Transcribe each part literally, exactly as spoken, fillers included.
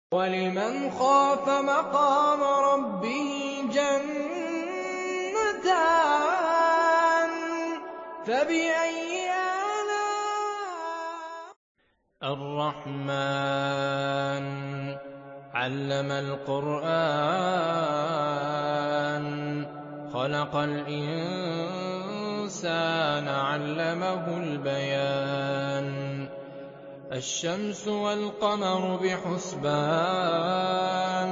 وَلِمَنْ خَافَ مَقَامَ رَبِّهِ جَنَّتَانِ فَبِأَيِّ آلَاءِ الرَّحْمَٰنِ عَلَّمَ الْقُرْآنَ خَلَقَ الْإِنسَانَ عَلَّمَهُ الْبَيَانَ الشَّمْسُ وَالْقَمَرُ بِحُسْبَانٍ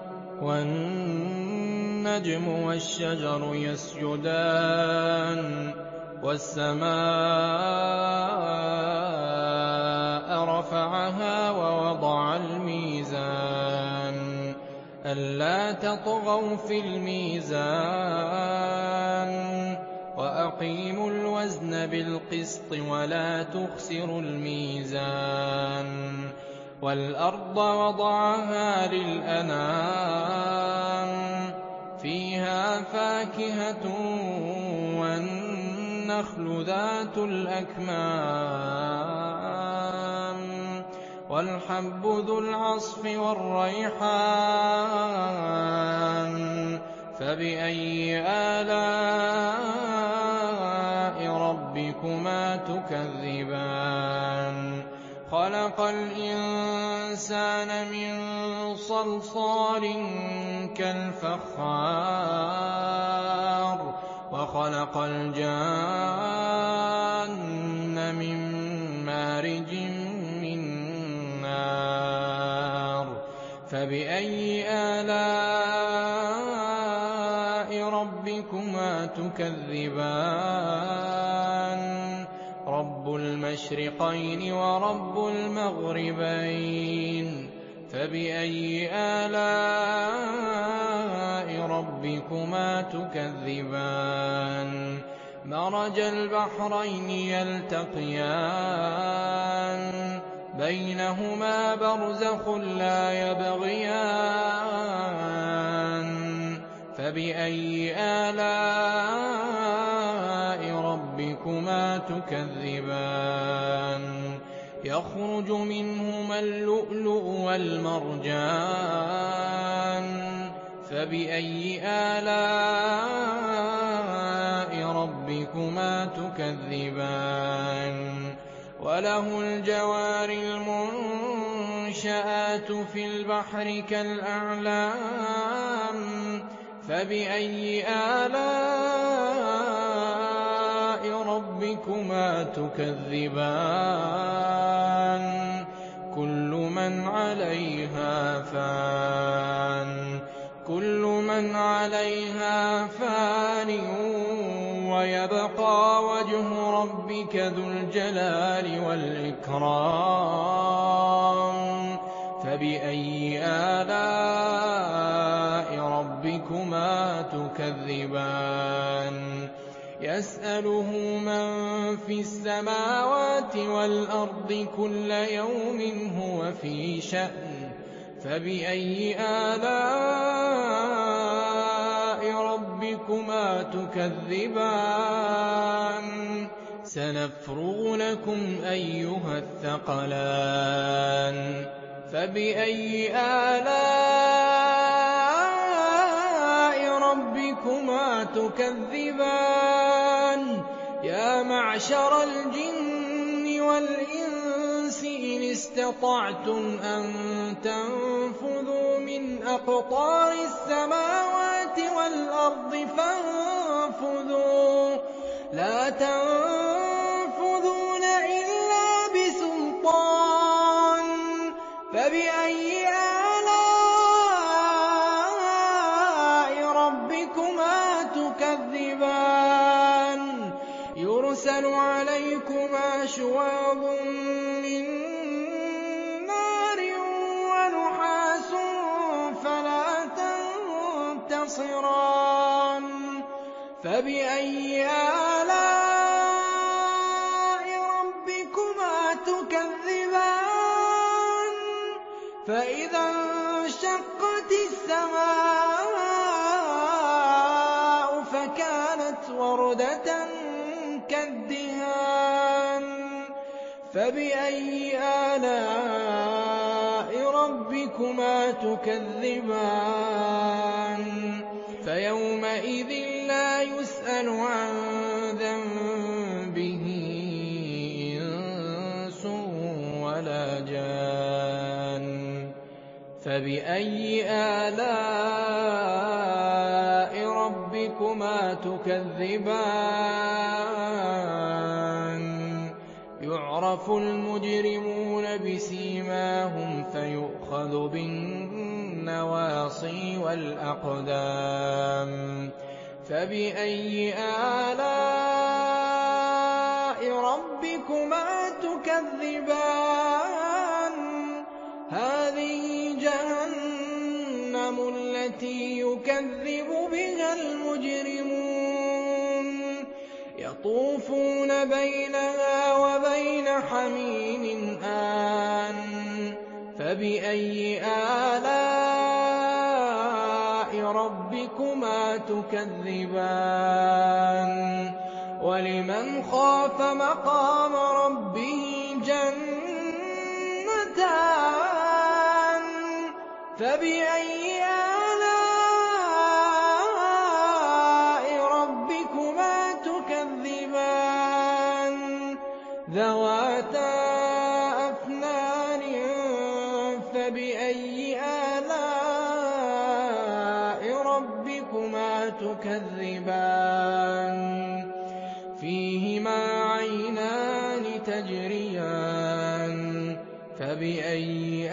وَالنَّجْمُ وَالشَّجَرُ يَسْجُدَانِ وَالسَّمَاءَ رَفَعَهَا وَوَضَعَ الْمِيزَانَ أَلَّا تَطْغَوْا فِي الْمِيزَانِ وَأَقِيمُوا الْوَزْنَ بِالْقِسْطِ وَلَا تُخْسِرُوا الْمِيزَانَ وَالْأَرْضَ وَضَعَهَا لِلْأَنَامِ فِيهَا فَاكِهَةٌ وَالنَّخْلُ ذَاتُ الْأَكْمَامِ وَالْحَبُّ ذُو الْعَصْفِ وَالرَّيْحَانُ فَبِأَيِّ آلَاءِ رَبِّكُمَا تُكَذِّبَانِ خَلَقَ الْإِنسَانَ مِن صَلْصَالٍ كَالْفَخَّارِ وَخَلَقَ الْجَانَّ مِن مَّارِجٍ مِّن نَّارٍ فَبِأَيِّ آلَاءِ رَبِّكُمَا تُكَذِّبَانِ رَبُّ الْمَشْرِقَيْنِ وَرَبُّ الْمَغْرِبَيْنِ فَبِأَيِّ آلَاءِ رَبِّكُمَا تُكَذِّبَانِ مَرَجَ الْبَحْرَيْنِ يَلْتَقِيَانِ بَيْنَهُمَا بَرْزَخٌ لَّا يَبْغِيَانِ فَبِأَيِّ آلَاءِ رَبِّكُمَا تُكَذِّبَانِ يَخْرُجُ مِنْهُمَا اللُّؤْلُؤُ وَالْمَرْجَانُ فَبِأَيِّ آلَاءِ رَبِّكُمَا تُكَذِّبَانِ وَلَهُ الْجَوَارِ الْمُنشَآتُ فِي الْبَحْرِ كَالْأَعْلَامِ فَبِأَيِّ آلَاءِ رَبِّكُمَا تُكَذِّبَانِ كُلُّ مَنْ عَلَيْهَا فَانٍ كُلُّ مَنْ عَلَيْهَا فَانٍ وَيَبْقَىٰ وَجْهُ رَبِّكَ ذُو الْجَلَالِ وَالْإِكْرَامِ فَبِأَيِّ آلَاءِ رَبِّكُمَا تُكَذِّبَانِ يَسْأَلُهُ مَن فِي السَّمَاوَاتِ وَالْأَرْضِ كُلَّ يَوْمٍ هُوَ فِي شَأْنٍ فَبِأَيِّ آلَاءِ رَبِّكُمَا تُكَذِّبَانِ سَنَفْرُغُ لَكُمْ أَيُّهَ الثَّقَلَانِ فَبِأَيِّ آلَاءِ رَبِّكُمَا تُكَذِّبَانِ يَا مَعْشَرَ الْجِنِّ وَالْإِنسِ إِنِ اسْتَطَعْتُمْ أَن تَنفُذُوا مِنْ أَقْطَارِ السَّمَاوَاتِ وَالْأَرْضِ فَانفُذُوا لَا تَنفُذُونَ إِلَّا بِسُلْطَانٍ فَبِأَيِّ آلَاءِ رَبِّكُمَا تُكَذِّبَانِ يُرْسَلُ عَلَيْكُمَا شُوَاظٌ مِّن نَّارٍ وَنُحَاسٌ فَلَا تَنتَصِرَانِ فَبِأَيِّ آلَاءِ رَبِّكُمَا تُكَذِّبَانِ فَإِذَا انشَقَّتِ السَّمَاءُ فَكَانَتْ وَرْدَةً كَالدِّهَانِ فَبِأَيِّ آلَاءِ رَبِّكُمَا ربكما تكذبان فيومئذ لا يسأل عن ذنبه إنس ولا جان فبأي آلاء ربكما تكذبان يعرف المجرمون بسيماهم فيؤخذ بالنواصي والأقدام فبأي آلاء ربكما تكذبان هذه جهنم التي يكذب بها المجرمون يطوفون بينها وبين حميم آن فبأي آلاء ربكما تكذبان ولمن خاف مقام ربه جنتان فبأي آلاء ربكما تكذبان ذواتا أفنان فبأي آلاء ربكما تكذبان فيهما عينان تجريان فبأي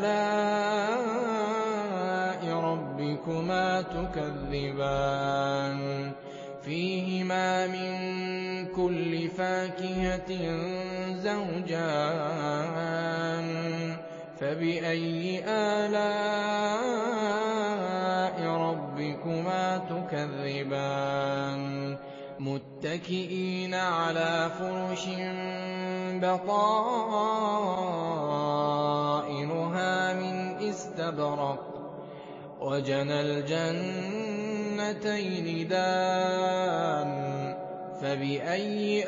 آلاء ربكما تكذبان فيهما من كل فاكهة زوجان فبأي آلاء ربكما تكذبان متكئين على فرش بطائنها من استبرق وجنى الجنتين دان فبأي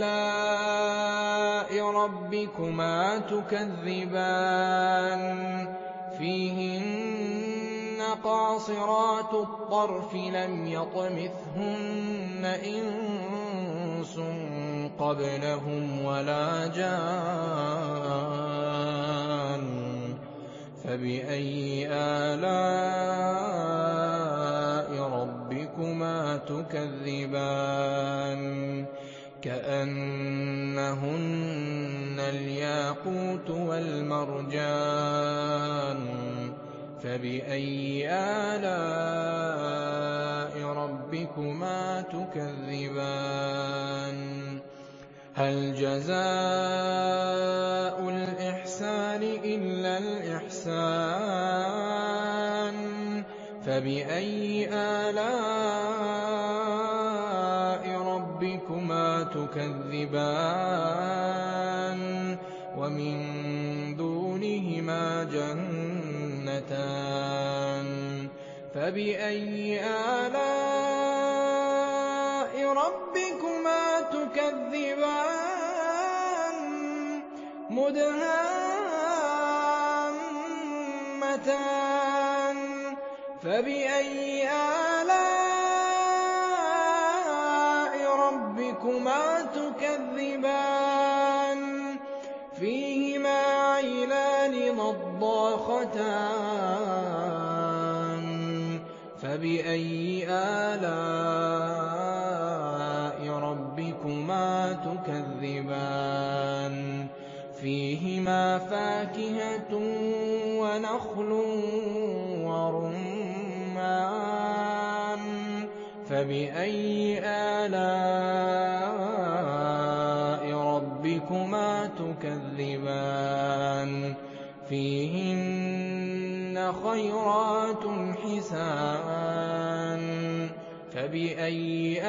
آلاء ربكما تكذبان فيهن قاصرات الطرف لم يطمثهن إنس قبلهم ولا جان فبأي آلاء ربكما تكذبان كأنهن الياقوت والمرجان فبأي آلاء ربكما تكذبان هل جزاء الإحسان إلا الإحسان فبأي آلاء ربكما تكذبان ومن دونهما جنتان فبأي آلاء ربكما تكذبان مدهامتان فبأي آلاء ربكما تكذبان فيهما عينان نضاختان فبأي آلاء ربكما تكذبان فيهما فاكهة ونخل ورمان فبأي آلاء ربكما تكذبان فيهن خيرات حسان فبأي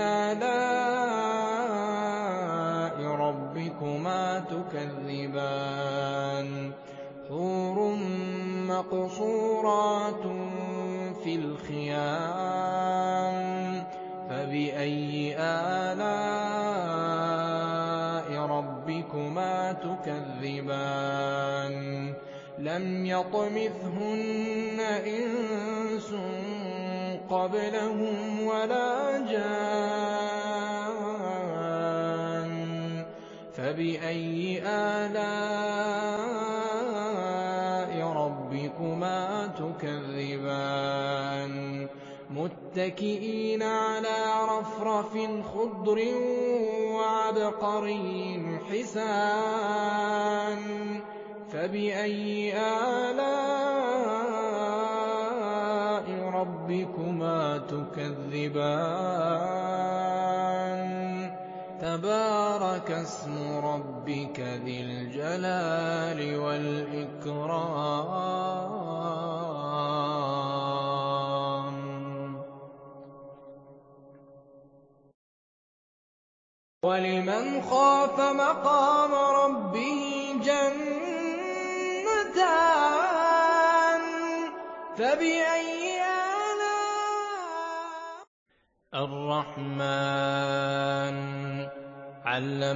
آلاء ربكما تكذبان حور مقصورات في الخيام فبأي آلاء ربكما تكذبان لم يطمثهن إنس قبلهم ولا جان فبأي آلاء ربكما تكذبان متكئين على رفرف خضر وعبقري حسان فبأي آلاء ربكما تكذبان تبارك اسم ربك ذي الجلال والإكرام ولمن خاف مقام ربه جنتان فبأي آلاء الرحمن علم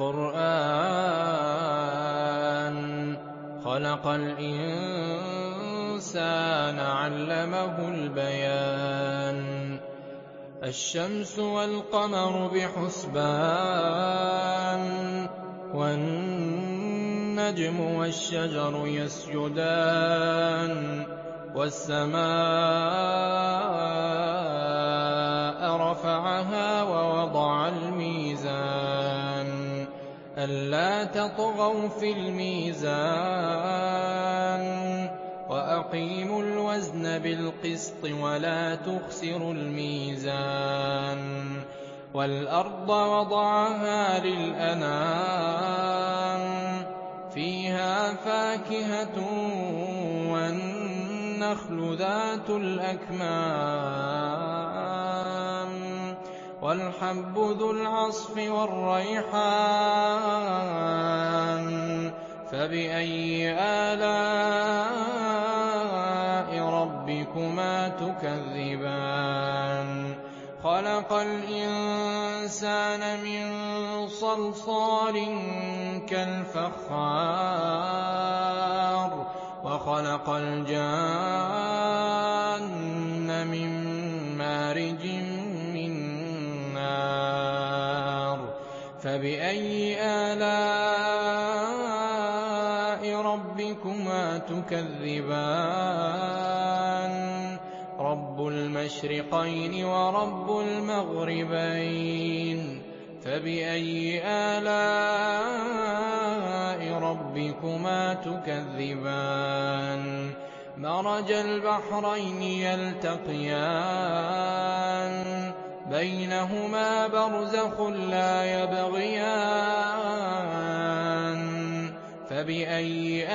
القرآن خلق الإنسان علمه البيان الشمس والقمر بحسبان والنجم والشجر يسجدان والسماء رفعها ووضع الميزان ألا تطغوا في الميزان وأقيموا الوزن بالقسط ولا تخسروا الميزان والأرض وضعها للأنام فيها فاكهة والنخل ذات الأكمام والحب ذو العصف والريحان فبأي آلاء ربكما تكذبان خلق الإنسان من صلصال كالفخار وخلق الجان من مارج من نار فبأي آلاء ربكما تكذبان رب المشرقين ورب المغربين فبأي آلاء ربكما تكذبان مرج البحرين يلتقيان بينهما برزخ لا يبغيان فبأي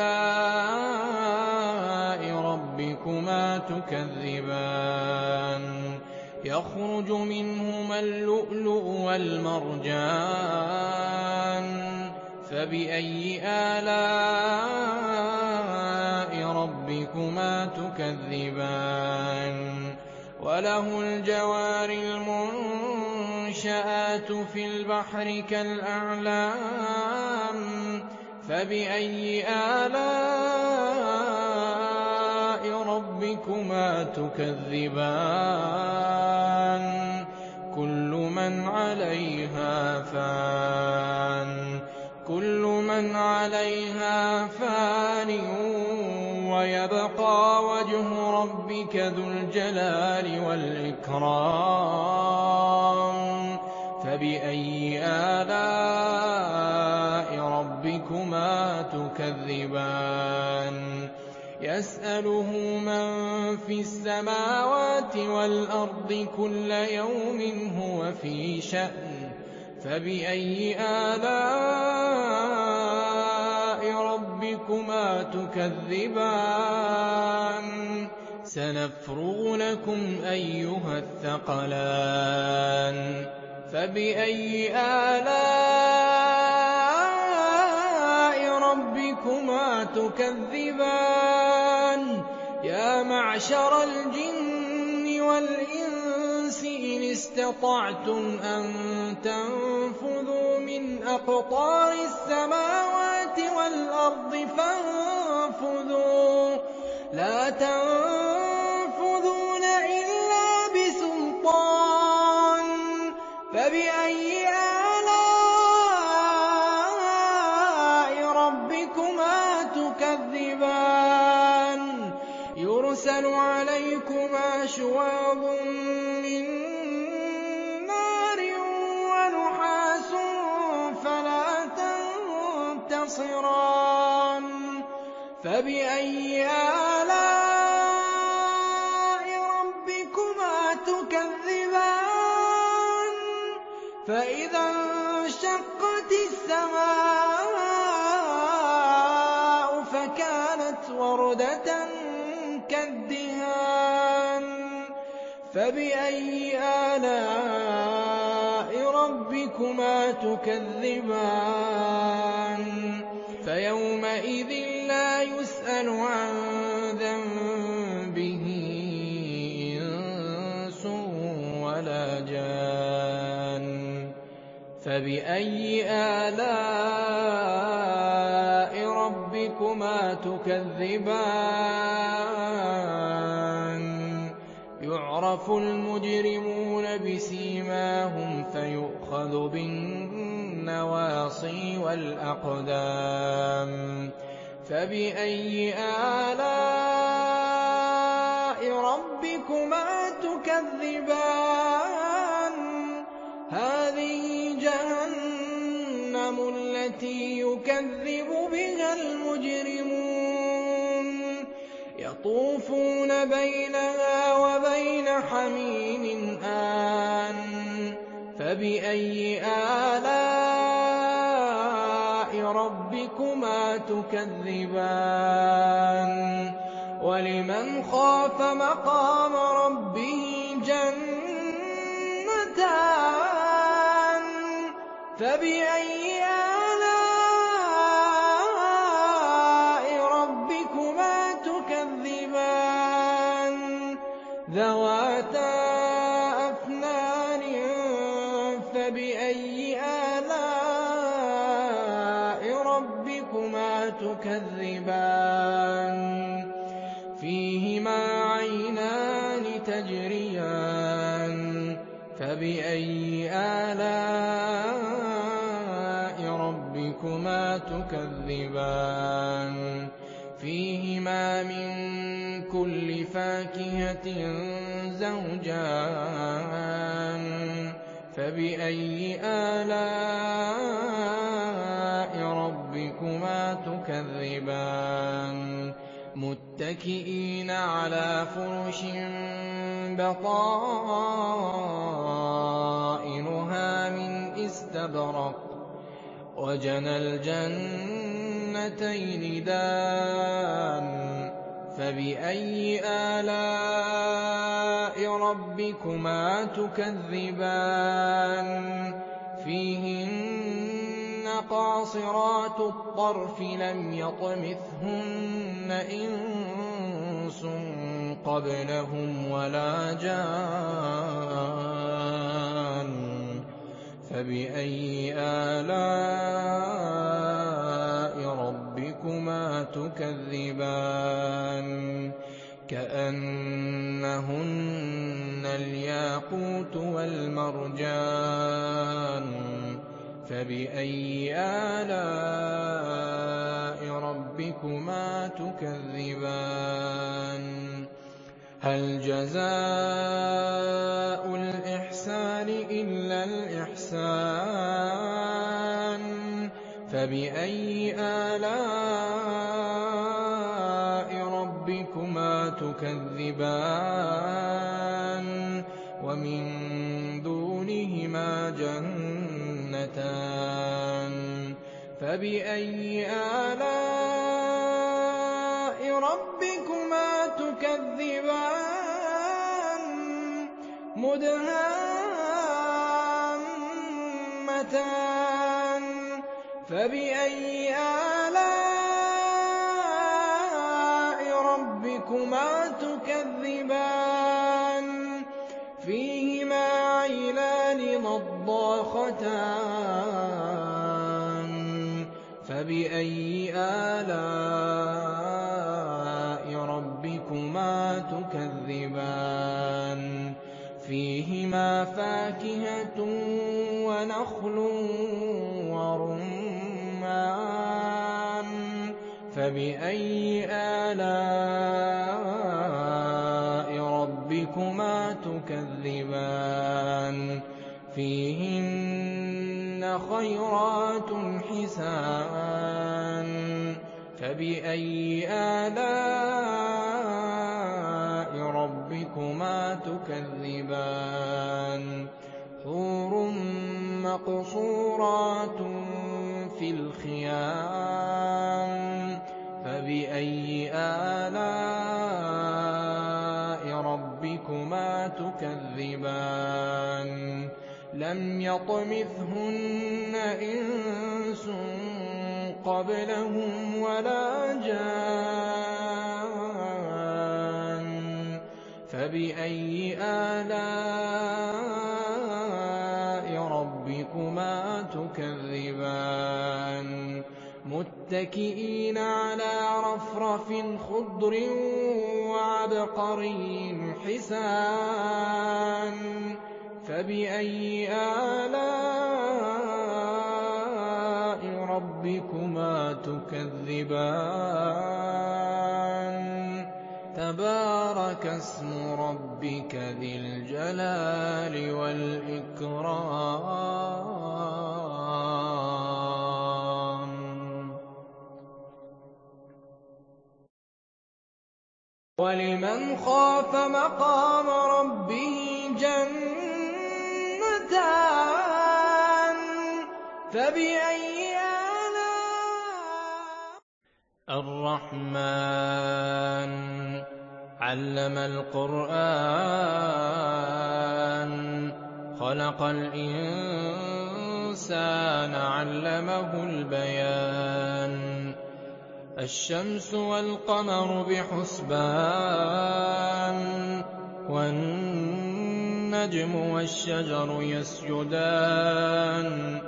آلاء ربكما تكذبان يخرج منهما اللؤلؤ والمرجان فبأي آلاء ربكما تكذبان وله الجوار المنشآت في البحر كالأعلام فبأي آلاء ربكما تكذبان كل من عليها فان كل من عليها فان ويبقى وجه ربك ذو الجلال والإكرام فبأي آلاء ربكما تكذبان يسأله من في السماوات والأرض كل يوم هو في شأن فبأي آلاء ربكما تكذبان سنفرغ لكم أيها الثقلان فبأي آلاء ربكما تكذبان يا معشر الجن والإنس إن اسْتَطَعْتُمْ أَن تَنفُذُوا مِنْ أَقْطَارِ السَّمَاوَاتِ وَالْأَرْضِ فَانفُذُوا لَا تَنفُذُونَ إِلَّا بِسُلْطَانٍ فَبِأَيِّ آلَاءِ رَبِّكُمَا تُكَذِّبَانِ يُرْسَلُ عَلَيْكُمَا شُوَاظٌ مِّن نَّارٍ وَنُحَاسٌ فَلَا تَنتَصِرَانِ فَبِأَيِّ آلَاءِ رَبِّكُمَا تُكَذِّبَانِ فَإِذَا انشَقَّتِ السَّمَاءُ فَكَانَتْ وَرْدَةً كَالدِّهَانِ فَبِأَيِّ آلَاءِ رَبِّكُمَا تُكَذِّبَانِ فَيَوْمَئِذٍ لَّا يُسْأَلُ عَن ذَنبِهِ إِنسٌ وَلَا جَانٌّ فَبِأَيِّ آلَاءِ رَبِّكُمَا تُكَذِّبَانِ يُعْرَفُ الْمُجْرِمُونَ بِسِيمَاهُمْ فَيُؤْخَذُ بِالنَّوَاصِي وَالْأَقْدَامِ فَبِأَيِّ آلَاءِ رَبِّكُمَا تُكَذِّبَانِ هَٰذِهِ جَهَنَّمُ الَّتِي يُكَذِّبُ بِهَا الْمُجْرِمُونَ يَطُوفُونَ بَيْنَهَا وَبَيْنَ حَمِيمٍ آنٍ فَبِأَيِّ آلَاءِ رَبِّكُمَا تُكَذِّبَانِ وَلِمَنْ خَافَ مَقَامَ رَبِّهِ جَنَّتَانِ فَبِأَيِّ آلَاءِ رَبِّكُمَا تُكَذِّبَانِ ذَوَاتَا أَفْنَانٍ فَبِأَيِّ آلَاءِ رَبِّكُمَا تُكَذِّبَانِ فِيهِمَا عَيْنَانِ تَجْرِيَانِ فَبِأَيِّ آلَاءِ رَبِّكُمَا تُكَذِّبَانِ فِيهِمَا مِن كُلِّ فَاكِهَةٍ زَوْجَانِ فَبِأَيِّ آلَاءِ رَبِّكُمَا تُكَذِّبَانِ مُتَّكِئِينَ عَلَىٰ فُرُشٍ بَطَائِنُهَا مِنْ إِسْتَبْرَقٍ وَجَنَى الْجَنَّتَيْنِ دَانٍ فَبِأَيِّ آلَاءِ رَبِّكُمَا تُكَذِّبَانِ فِيهِنَّ قَاصِرَاتُ الطَّرْفِ لَمْ يَطْمِثْهُنَّ إِنسٌ قَبْلَهُمْ وَلَا جَانٌّ فَبِأَيِّ آلَاءِ رَبِّكُمَا تُكَذِّبَانِ كَأَنَّهُنَّ الْيَاقُوتُ وَالْمَرْجَانُ فَبِأَيِّ آلَاءِ رَبِّكُمَا تُكَذِّبَانِ هَلْ جَزَاءُ الْإِحْسَانِ إِلَّا الْإِحْسَانُ فَبِأَيِّ آلَاءِ رَبِّكُمَا تُكَذِّبَانِ وَمِن دُونِهِمَا جَنَّتَانِ فَبِأَيِّ آلَاءِ رَبِّكُمَا تُكَذِّبَانِ مُدْهَامَّتَانِ فَبِأَيِّ آلَاءِ رَبِّكُمَا تُكَذِّبَانِ فِيهِمَا عَيْنَانِ نَضَّاخَتَانِ فَبِأَيِّ آلَاءِ رَبِّكُمَا تُكَذِّبَانِ فِيهِمَا فَاكِهَةٌ وَنَخْلٌ وَرُمَّانٌ فَبِأَيِّ آلَاءِ رَبِّكُمَا تُكَذِّبَانِ فِيهِنَّ خَيْرَاتٌ حِسَانٌ فَبِأَيِّ آلَاءِ رَبِّكُمَا تُكَذِّبَانِ حُورٌ مَّقْصُورَاتٌ فِي الْخِيَامِ فَبِأَيِّ آلَاءِ رَبِّكُمَا تُكَذِّبَانِ لَمْ يَطْمِثْهُنَّ إِنسٌ قَبْلَهُمْ وَلَا جَانٌّ فَبِأَيِّ آلَاءِ رَبِّكُمَا تُكَذِّبَانِ مُتَّكِئِينَ عَلَىٰ رَفْرَفٍ خُضْرٍ وَعَبْقَرِيٍّ حِسَانٍ فَبِأَيِّ آلَاءِ رَبِّكُمَا تُكَذِّبَانِ تَبَارَكَ اسْمُ رَبِّكَ ذِي الْجَلَالِ وَالْإِكْرَامِ وَلِمَنْ خَافَ مَقَامَ رَبِّهِ جَنَّتَانِ فَبِأَيِّ آلَاءِ الرَّحْمَٰنُ عَلَّمَ الْقُرْآنَ خَلَقَ الْإِنسَانَ عَلَّمَهُ الْبَيَانَ الشَّمْسُ وَالْقَمَرُ بِحُسْبَانٍ وَالنَّجْمُ وَالشَّجَرُ يَسْجُدَانِ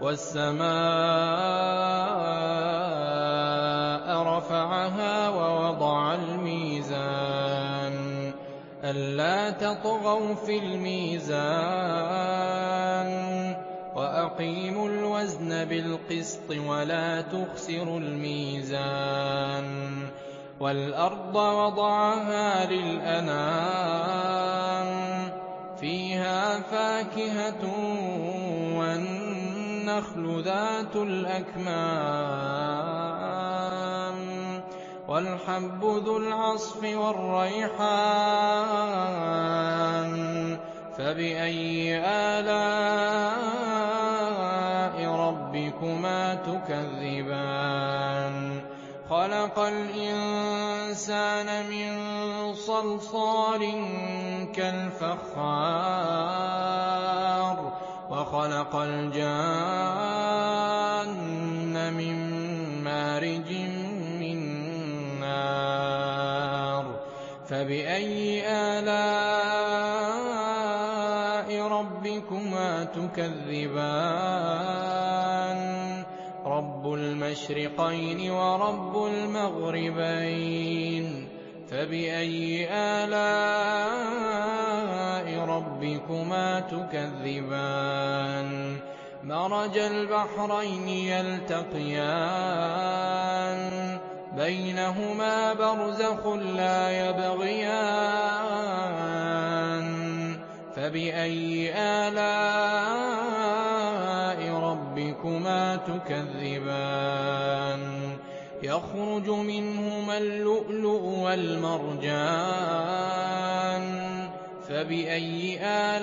وَالسَّمَاءَ رَفَعَهَا وَوَضَعَ الْمِيزَانَ أَلَّا تَطْغَوْا فِي الْمِيزَانِ وَأَقِيمُوا الْوَزْنَ بِالْقِسْطِ وَلَا تُخْسِرُوا الْمِيزَانَ وَالْأَرْضَ وَضَعَهَا لِلْأَنَامِ فِيهَا فَاكِهَةٌ وَالنَّخْلُ ذَاتُ الْأَكْمَامِ وَالْحَبُّ ذُو الْعَصْفِ وَالرَّيْحَانُ فَبِأَيِّ آلَاءِ رَبِّكُمَا تُكَذِّبَانِ خَلَقَ الْإِنسَانَ مِن صَلْصَالٍ كَالْفَخَّارِ وَخَلَقَ الْجَانَّ مِن مَّارِجٍ مِّن نَّارٍ فَبِأَيِّ آلَاءِ رَبِّكُمَا تُكَذِّبَانِ رَبُّ الْمَشْرِقَيْنِ وَرَبُّ الْمَغْرِبَيْنِ فَبِأَيِّ آلَاءِ رَبِّكُمَا تُكَذِّبَانِ مَرَجَ الْبَحْرَيْنِ يَلْتَقِيَانِ بَيْنَهُمَا بَرْزَخٌ لَّا يَبْغِيَانِ فَبِأَيِّ آلَاءِ رَبِّكُمَا تُكَذِّبَانِ يَخْرُجُ مِنْهُمَا اللُّؤْلُؤُ وَالْمَرْجَانُ فَبِأَيِّ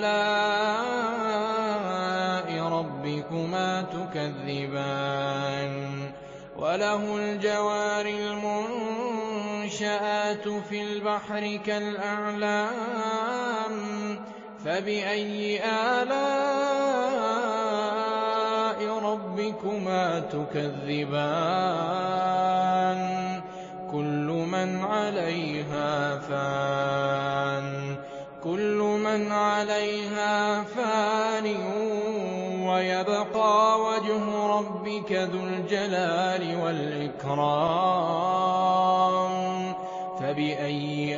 آلَاءِ رَبِّكُمَا تُكَذِّبَانِ وَلَهُ الْجَوَارِ الْمُنشَآتُ فِي الْبَحْرِ كَالْأَعْلَامِ فَبِأَيِّ آلَاءِ رَبِّكُمَا تُكَذِّبَانِ كُلُّ مَنْ عَلَيْهَا فَانٍ كُلُّ مَنْ عَلَيْهَا فَانٍ وَيَبْقَىٰ وَجْهُ رَبِّكَ ذُو الْجَلَالِ وَالْإِكْرَامِ فَبِأَيِّ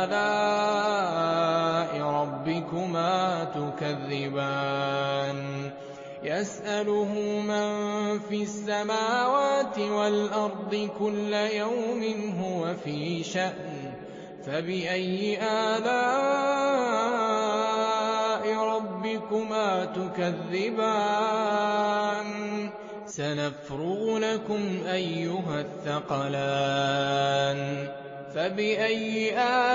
آلَاءِ رَبِّكُمَا تُكَذِّبَانِ يَسْأَلُهُ مَن فِي السَّمَاوَاتِ وَالْأَرْضِ كُلَّ يَوْمٍ هُوَ فِي شَأْنٍ فَبِأَيِّ آلَاءِ رَبِّكُمَا تُكَذِّبَانِ سَنَفْرُغُ لَكُمْ أَيُّهَ الثَّقَلَانِ فَبِأَيِّ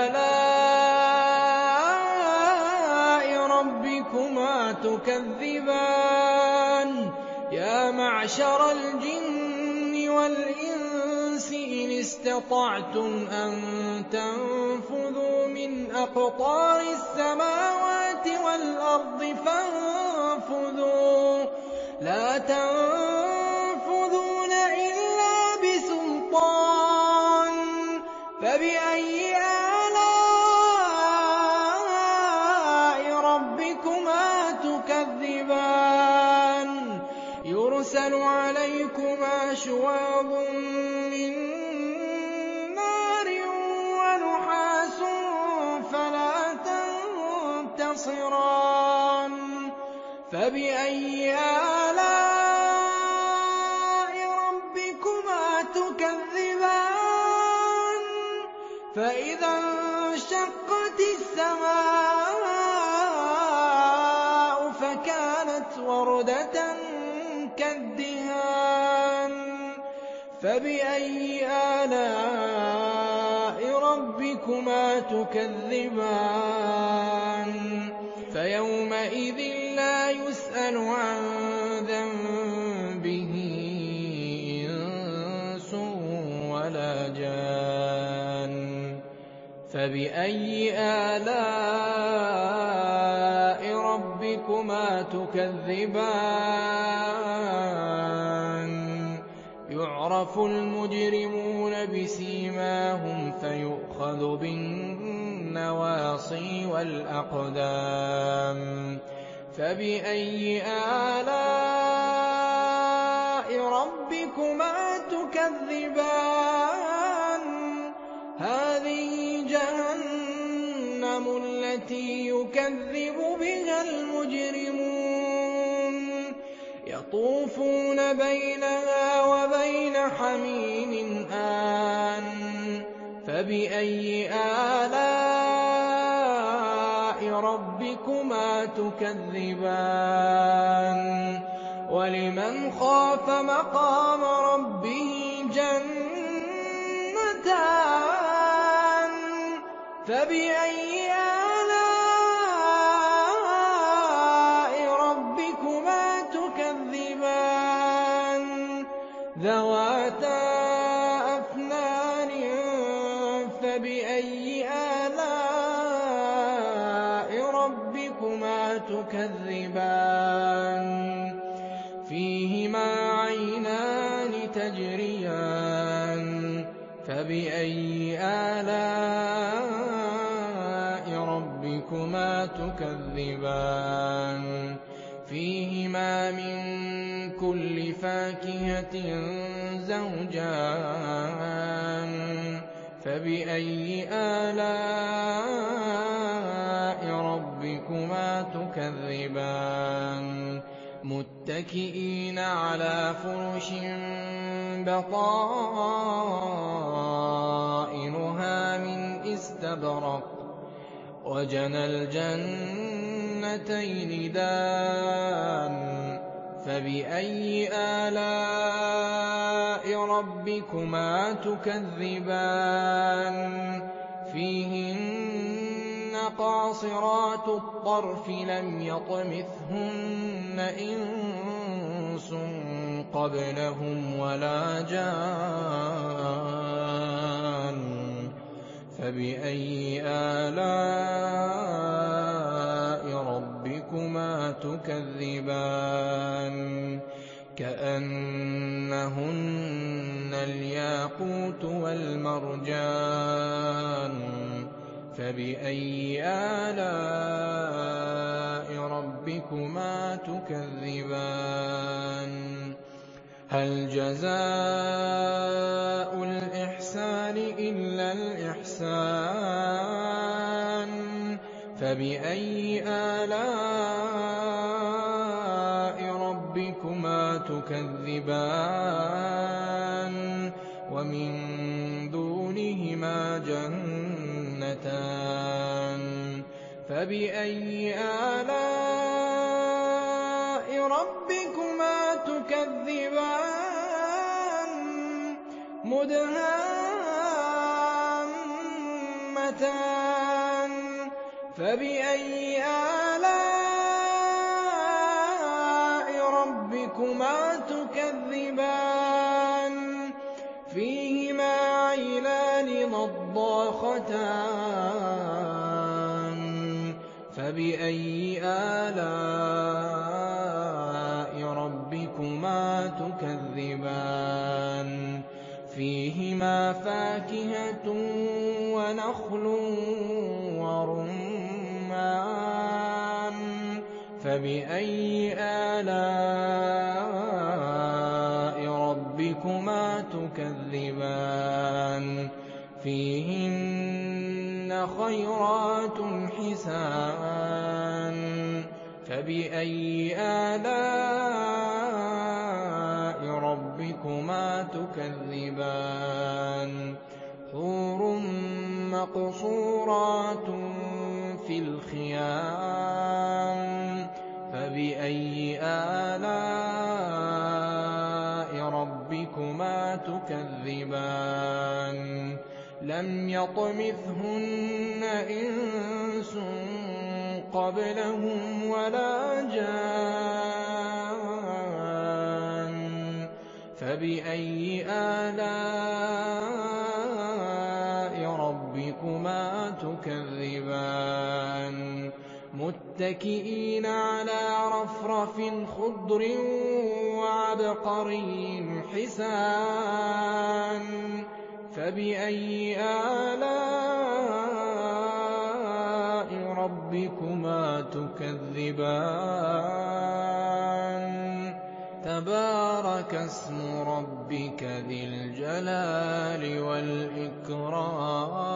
آلَاءِ رَبِّكُمَا تُكَذِّبَانِ يَا مَعْشَرَ الْجِنِّ وَالْإِنسِ إِنِ اسْتَطَعْتُمْ أَن تَنفُذُوا مِنْ أَقْطَارِ السَّمَاوَاتِ وَالْأَرْضِ فَانفُذُوا لَا تَنفُذُونَ إِلَّا بِسُلْطَانٍ فَبِأَيِّ آلَاءِ رَبِّكُمَا تُكَذِّبَانِ يُرْسَلُ عَلَيْكُمَا شُوَاظٌ مِّن نَّارٍ وَنُحَاسٌ فَلَا تَنتَصِرَانِ فَبِأَيِّ آلَاءِ رَبِّكُمَا تُكَذِّبَانِ فَإِذَا انشَقَّتِ السَّمَاءُ فَكَانَتْ وَرْدَةً كَالدِّهَانِ فَبِأَيِّ آلَاءِ رَبِّكُمَا تُكَذِّبَانِ فَيَوْمَئِذٍ لَّا يُسْأَلُ عَن ذَنبِهِ إِنسٌ وَلَا جَانٌّ فَبِأَيِّ آلَاءِ رَبِّكُمَا تُكَذِّبَانِ يُعْرَفُ الْمُجْرِمُونَ بِسِيمَاهُمْ فَيُؤْخَذُ بِالنَّوَاصِي وَالْأَقْدَامِ فَبِأَيِّ آلَاءِ رَبِّكُمَا تُكَذِّبَانِ هَٰذِهِ جَهَنَّمُ الَّتِي يُكَذِّبُ بِهَا الْمُجْرِمُونَ يَطُوفُونَ بَيْنَهَا وَبَيْنَ حَمِيمٍ آنٍ فَبِأَيِّ آلَاءِ رَبِّكُمَا تُكَذِّبَانِ وَلِمَنْ خَافَ مَقَامَ رَبِّهِ جَنَّتَانِ فَبِأَيِّ آلَاءِ رَبِّكُمَا تُكَذِّبَانِ ذَوَاتَا أَفْنَانٍ فَبِأَيِّ آلَاءِ رَبِّكُمَا تُكَذِّبَانِ فِيهِمَا عَيْنَانِ تَجْرِيَانِ فَبِأَيِّ آلَاءِ رَبِّكُمَا تُكَذِّبَانِ فِيهِمَا مِن كُلِّ فَاكِهَةٍ زَوْجَانِ فَبِأَيِّ آلَاءِ رَبِّكُمَا تُكَذِّبَانِ مُتَّكِئِينَ عَلَىٰ فُرُشٍ بَطَائِنُهَا مِنْ إِسْتَبْرَقٍ وَجَنَى الْجَنَّتَيْنِ دَانٍ فَبِأَيِّ آلَاءِ رَبِّكُمَا تُكَذِّبَانِ فِيهِنَّ قَاصِرَاتُ الطَّرْفِ لَمْ يَطْمِثْهُنَّ إِنسٌ قَبْلَهُمْ وَلَا جَانٌّ فَبِأَيِّ آلَاءِ رَبِّكُمَا تُكَذِّبَانِ كَأَنَّهُنَّ الْيَاقُوتُ وَالْمَرْجَانُ فبأي آلاء ربكما تكذبان هل جزاء الإحسان إلا الإحسان فبأي آلاء ربكما تكذبان ومن دونهما جنتان فبأي آلاء ربكما تكذبان مدهامتان فبأي آلاء ربكما تكذبان فيهما عينان نضاختان فبأي آلاء ربكما تكذبان فيهما فاكهة ونخل ورمان فبأي آلاء ربكما تكذبان فيهن خيرات حسان فبأي آلاء ربكما تكذبان حور مقصورات في الخيام فبأي آلاء ربكما تكذبان لم يطمثهن إنس قبلهم ولا جان فبأي آلاء ربكما تكذبان متكئين على رفرف خضر وعبقري حسان فبأي آلاء ربكما تكذبان تبارك اسم ربك ذي الجلال والإكرام